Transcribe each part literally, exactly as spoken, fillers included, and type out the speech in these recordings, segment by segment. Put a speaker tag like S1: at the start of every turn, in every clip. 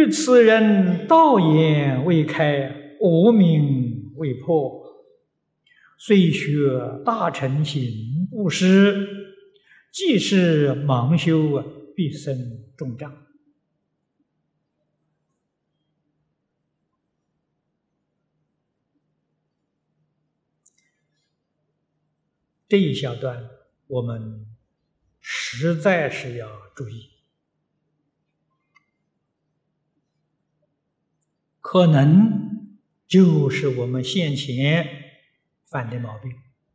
S1: 欲此人道眼未开，无明未破，虽学大乘行布施，即是盲修，必生重障。这一小段我们实在是要注意，可能就是我们先前犯的毛病。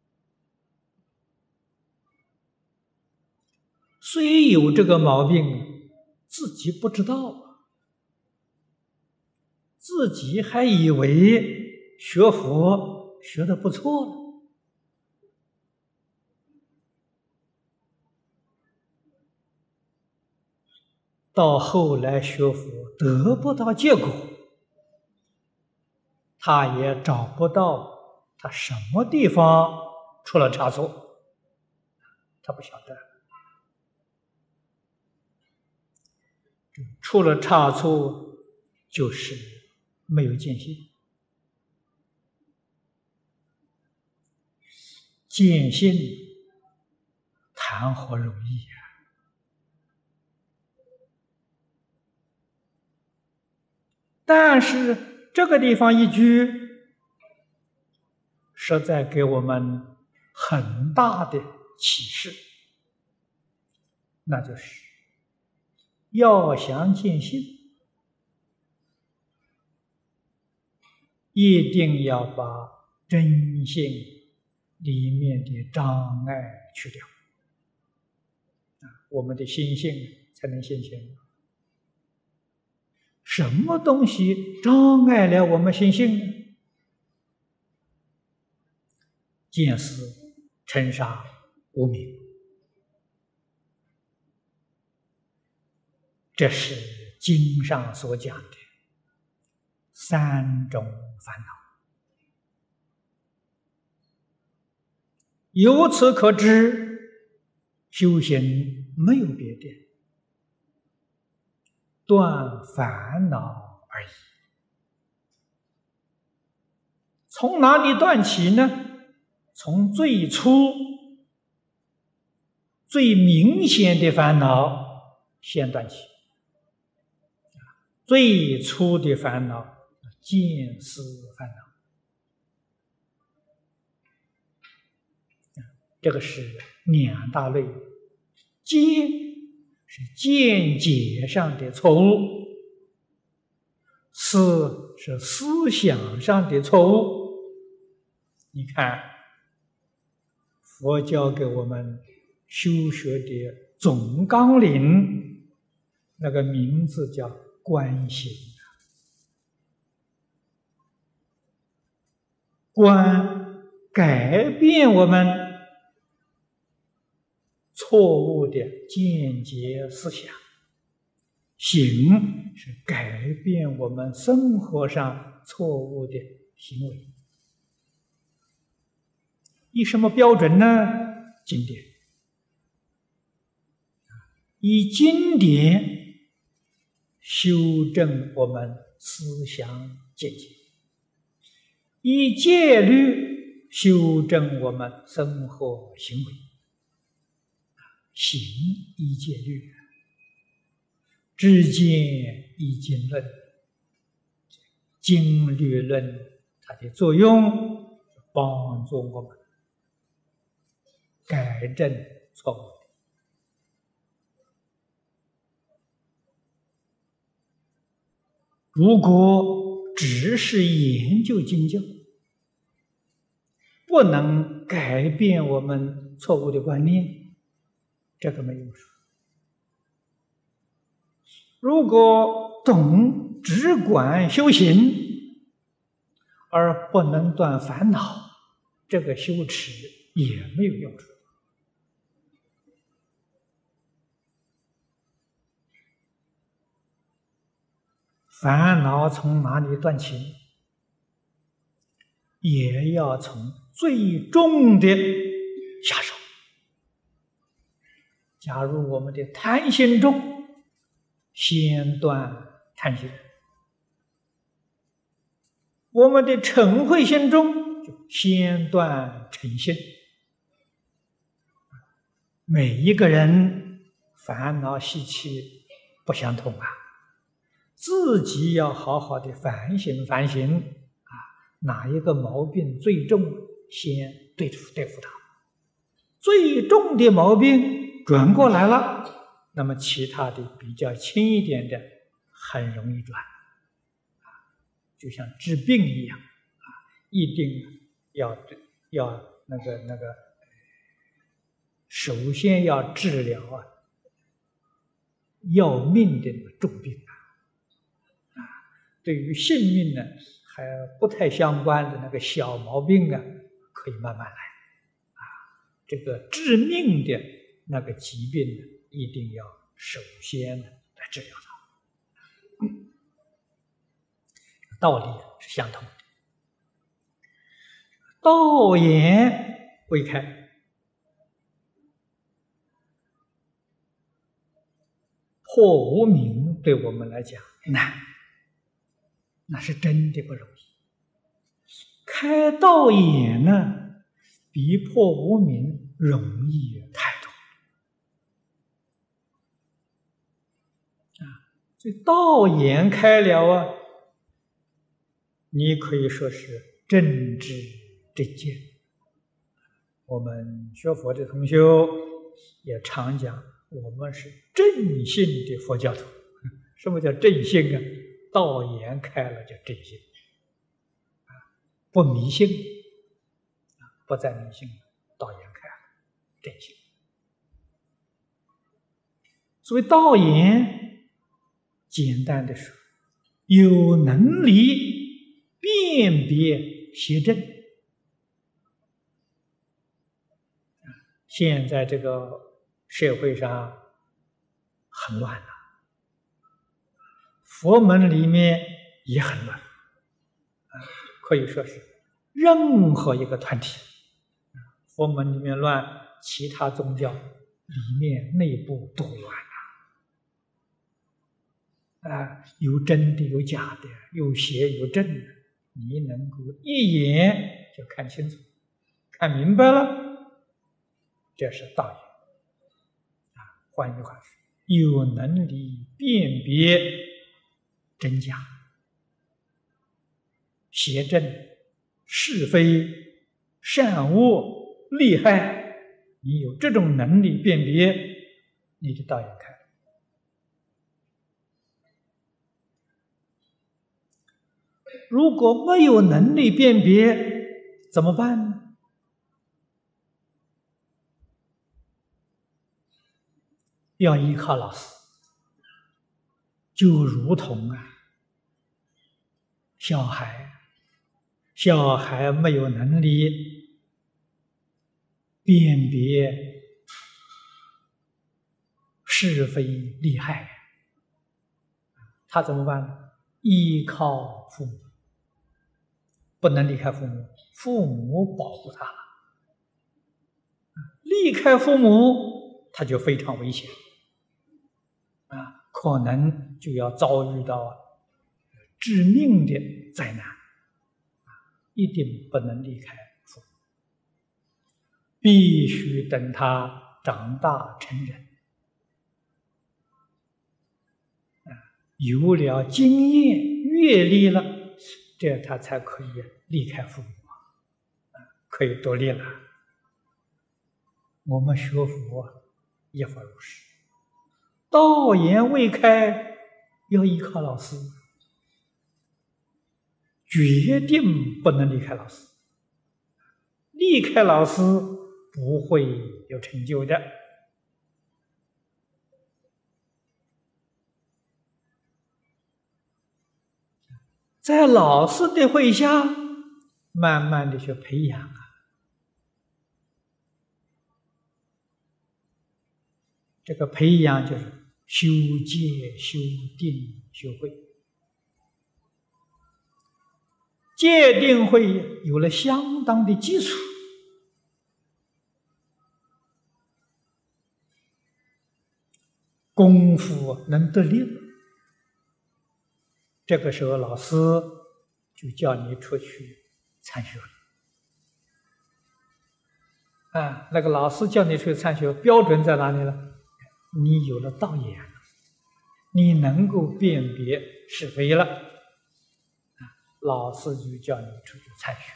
S1: 虽有这个毛病，自己不知道，自己还以为学佛学得不错了。到后来学佛得不到结果，他也找不到他什么地方出了差错，他不晓得。出了差错就是没有见性，见性谈何容易啊！但是这个地方一句，实在给我们很大的启示，那就是要想见性，一定要把真性里面的障碍去掉，我们的心性才能现前。什么东西障碍了我们心性呢？见思、尘沙、无明，这是经上所讲的三种烦恼。由此可知，修行没有别的，断烦恼而已。从哪里断起呢？从最初最明显的烦恼先断起。最初的烦恼，见思烦恼，这个是两大类。见是见解上的错误，思是思想上的错误。你看，佛教给我们修学的总纲领，那个名字叫观行。观改变我们错误的见解思想，行是改变我们生活上错误的行为。以什么标准呢？经典。以经典修正我们思想见解，以戒律修正我们生活行为。行依戒律，知见依经论。经律论它的作用，帮助我们改正错误。如果只是研究经教，不能改变我们错误的观念，这个没有说。如果懂只管修行，而不能断烦恼，这个修持也没有用处。烦恼从哪里断起？也要从最重的下手。假如我们的贪心重，先断贪心。我们的嗔恚心中就先断嗔心。每一个人烦恼习气不相同啊，自己要好好的反省反省啊，哪一个毛病最重，先对付对付它。最重的毛病转过来了，那么其他的比较轻一点的很容易转啊，就像治病一样啊，一定要要那个那个，首先要治疗啊要命的那个重病啊，啊，对于性命呢还不太相关的那个小毛病啊，可以慢慢来啊。这个致命的那个疾病呢，一定要首先呢来治疗它。嗯，道理是相同的。道眼未开，破无明对我们来讲难，那是真的不容易。开道眼呢，比破无明容易太多啊！这道眼开了啊，你可以说是正知正见。我们学佛的同修也常讲，我们是正信的佛教徒。什么叫正信啊？道眼开了就正信，不迷信，不再迷信了，道眼开了，正信。所谓道眼，简单的说，有能力辨别邪正。现在这个社会上很乱了，佛门里面也很乱，可以说是任何一个团体，佛门里面乱，其他宗教里面内部都乱了啊！有真的，有假的，有邪有正的，你能够一眼就看清楚，看明白了。这是道眼啊，换一句话说，有能力辨别真假、邪正、是非、善恶、利害，你有这种能力辨别，你的道眼开了。如果没有能力辨别，怎么办呢？要依靠老师，就如同啊，小孩，小孩没有能力辨别是非利害，他怎么办呢？依靠父母，不能离开父母，父母保护他了。离开父母，他就非常危险。啊，可能就要遭遇到致命的灾难，啊，一定不能离开父母，必须等他长大成人，啊，有了经验阅历了，这他才可以离开父母，啊，可以独立了。我们学佛也复如是。道眼未开，要依靠老师，决定不能离开老师。离开老师不会有成就的。在老师的会下，慢慢的去培养啊。这个培养就是修戒、修定、修慧。戒定慧有了相当的基础，功夫能得力， 这个时候老师就叫你出去参学了。啊，那个老师叫你出去参学，标准在哪里呢？你有了道眼了，你能够辨别是非了，啊，老师就叫你出去参学，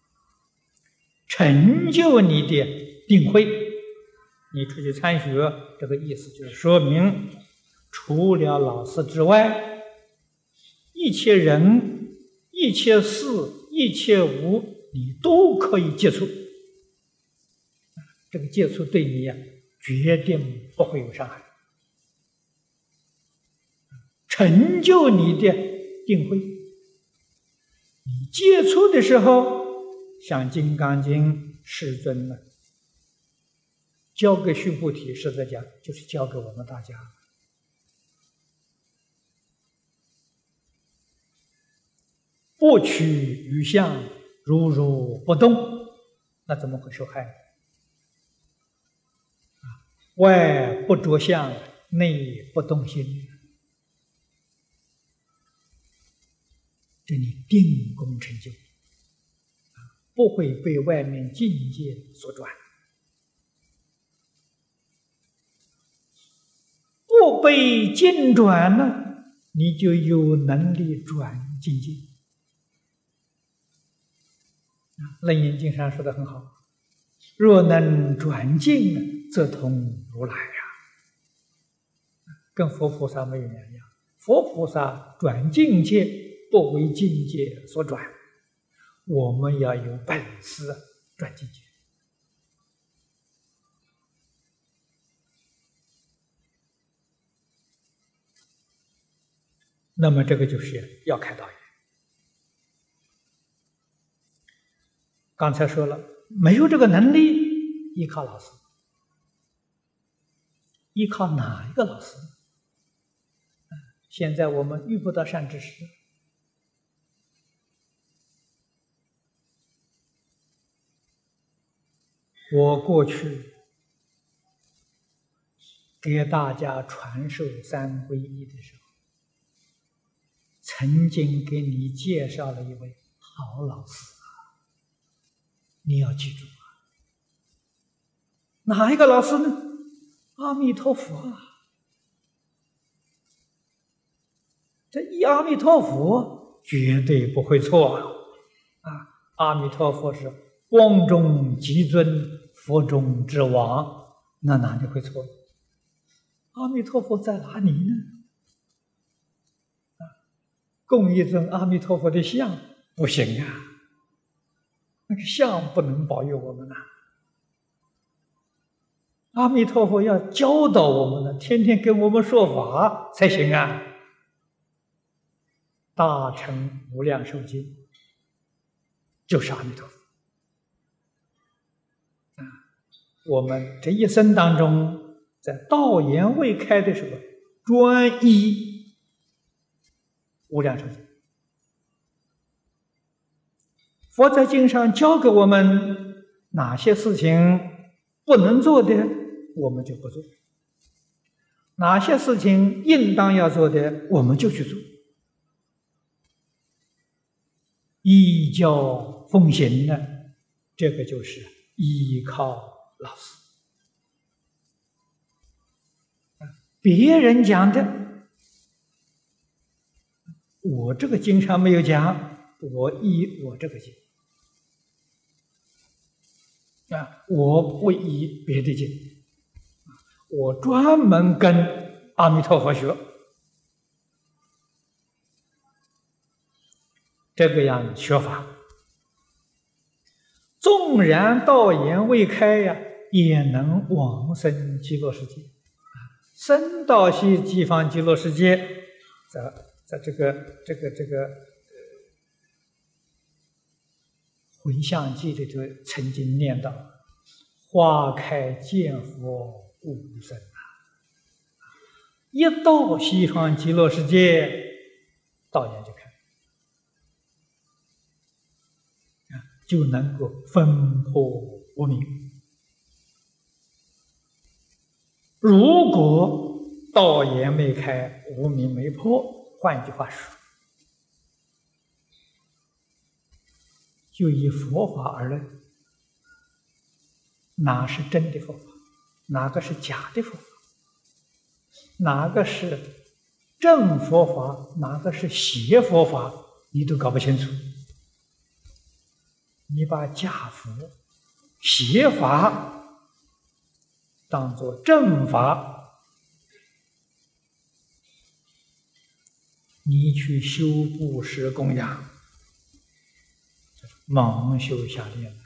S1: 成就你的定慧。你出去参学，这个意思就是说明，除了老师之外，一切人、一切事、一切物，你都可以接触。这个接触对你呀，决定不会有伤害，成就你的定慧。你接触的时候，像《金刚经》世尊呢，教给须菩提，实在讲就是教给我们大家。不取于相，如如不动，那怎么会受害？外不着相，内不动心，这里定功成就，不会被外面境界所转。不被境转呢，你就有能力转境界。楞严经上说的很好，若能转境，则同如来呀，跟佛菩萨没有两样。佛菩萨转境界不为境界所转，我们要有本事转境界。那么这个就是要开导眼。刚才说了，没有这个能力，依靠老师。依靠哪一个老师？现在我们遇不到善知识，我过去给大家传授三皈依的时候，曾经给你介绍了一位好老师啊，你要记住啊。哪一个老师呢？阿弥陀佛啊！这一阿弥陀佛绝对不会错啊！啊，阿弥陀佛是光中极尊，佛中之王，那哪里会错？阿弥陀佛在哪里呢？啊，供一尊阿弥陀佛的像不行啊，那个像不能保佑我们啊。阿弥陀佛要教导我们呢，天天跟我们说法才行啊。大乘无量寿经就是阿弥陀佛啊。我们这一生当中，在道言未开的时候，专依无量寿经。佛在经上教给我们哪些事情不能做的，我们就不做；哪些事情应当要做的，我们就去做。依教奉行呢，这个就是依靠老师。别人讲的，我这个经上没有讲，我依我这个经啊，我不依别的经，我专门跟阿弥陀佛学。这个样学法，纵然道言未开呀，也能往生极乐世界。生到西西方极乐世界，在在这个这个这个回向记里头曾经念到：花开见佛悟无生啊！一到西方极乐世界，道眼就开。就能够分破无明。如果道眼没开，无明没破，换句话说， 就以佛法而论，哪是真的佛法，哪个是假的佛法，哪个是正佛法，哪个是邪佛法，你都搞不清楚。你把假佛、邪法当作正法，你去修布施供养，盲修瞎练，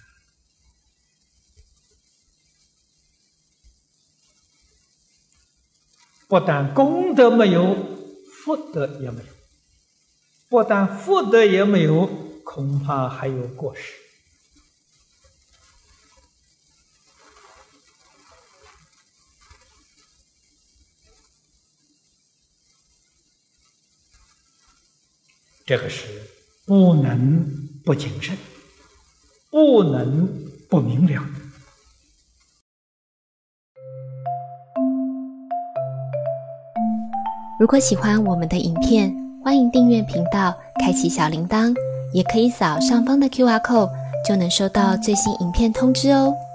S1: 不但功德没有，福德也没有；不但福德也没有，恐怕还有过失。这个是不能不谨慎，不能不明了。
S2: 如果喜欢我们的影片，欢迎订阅频道，开启小铃铛，也可以扫上方的 Q R code， 就能收到最新影片通知哦。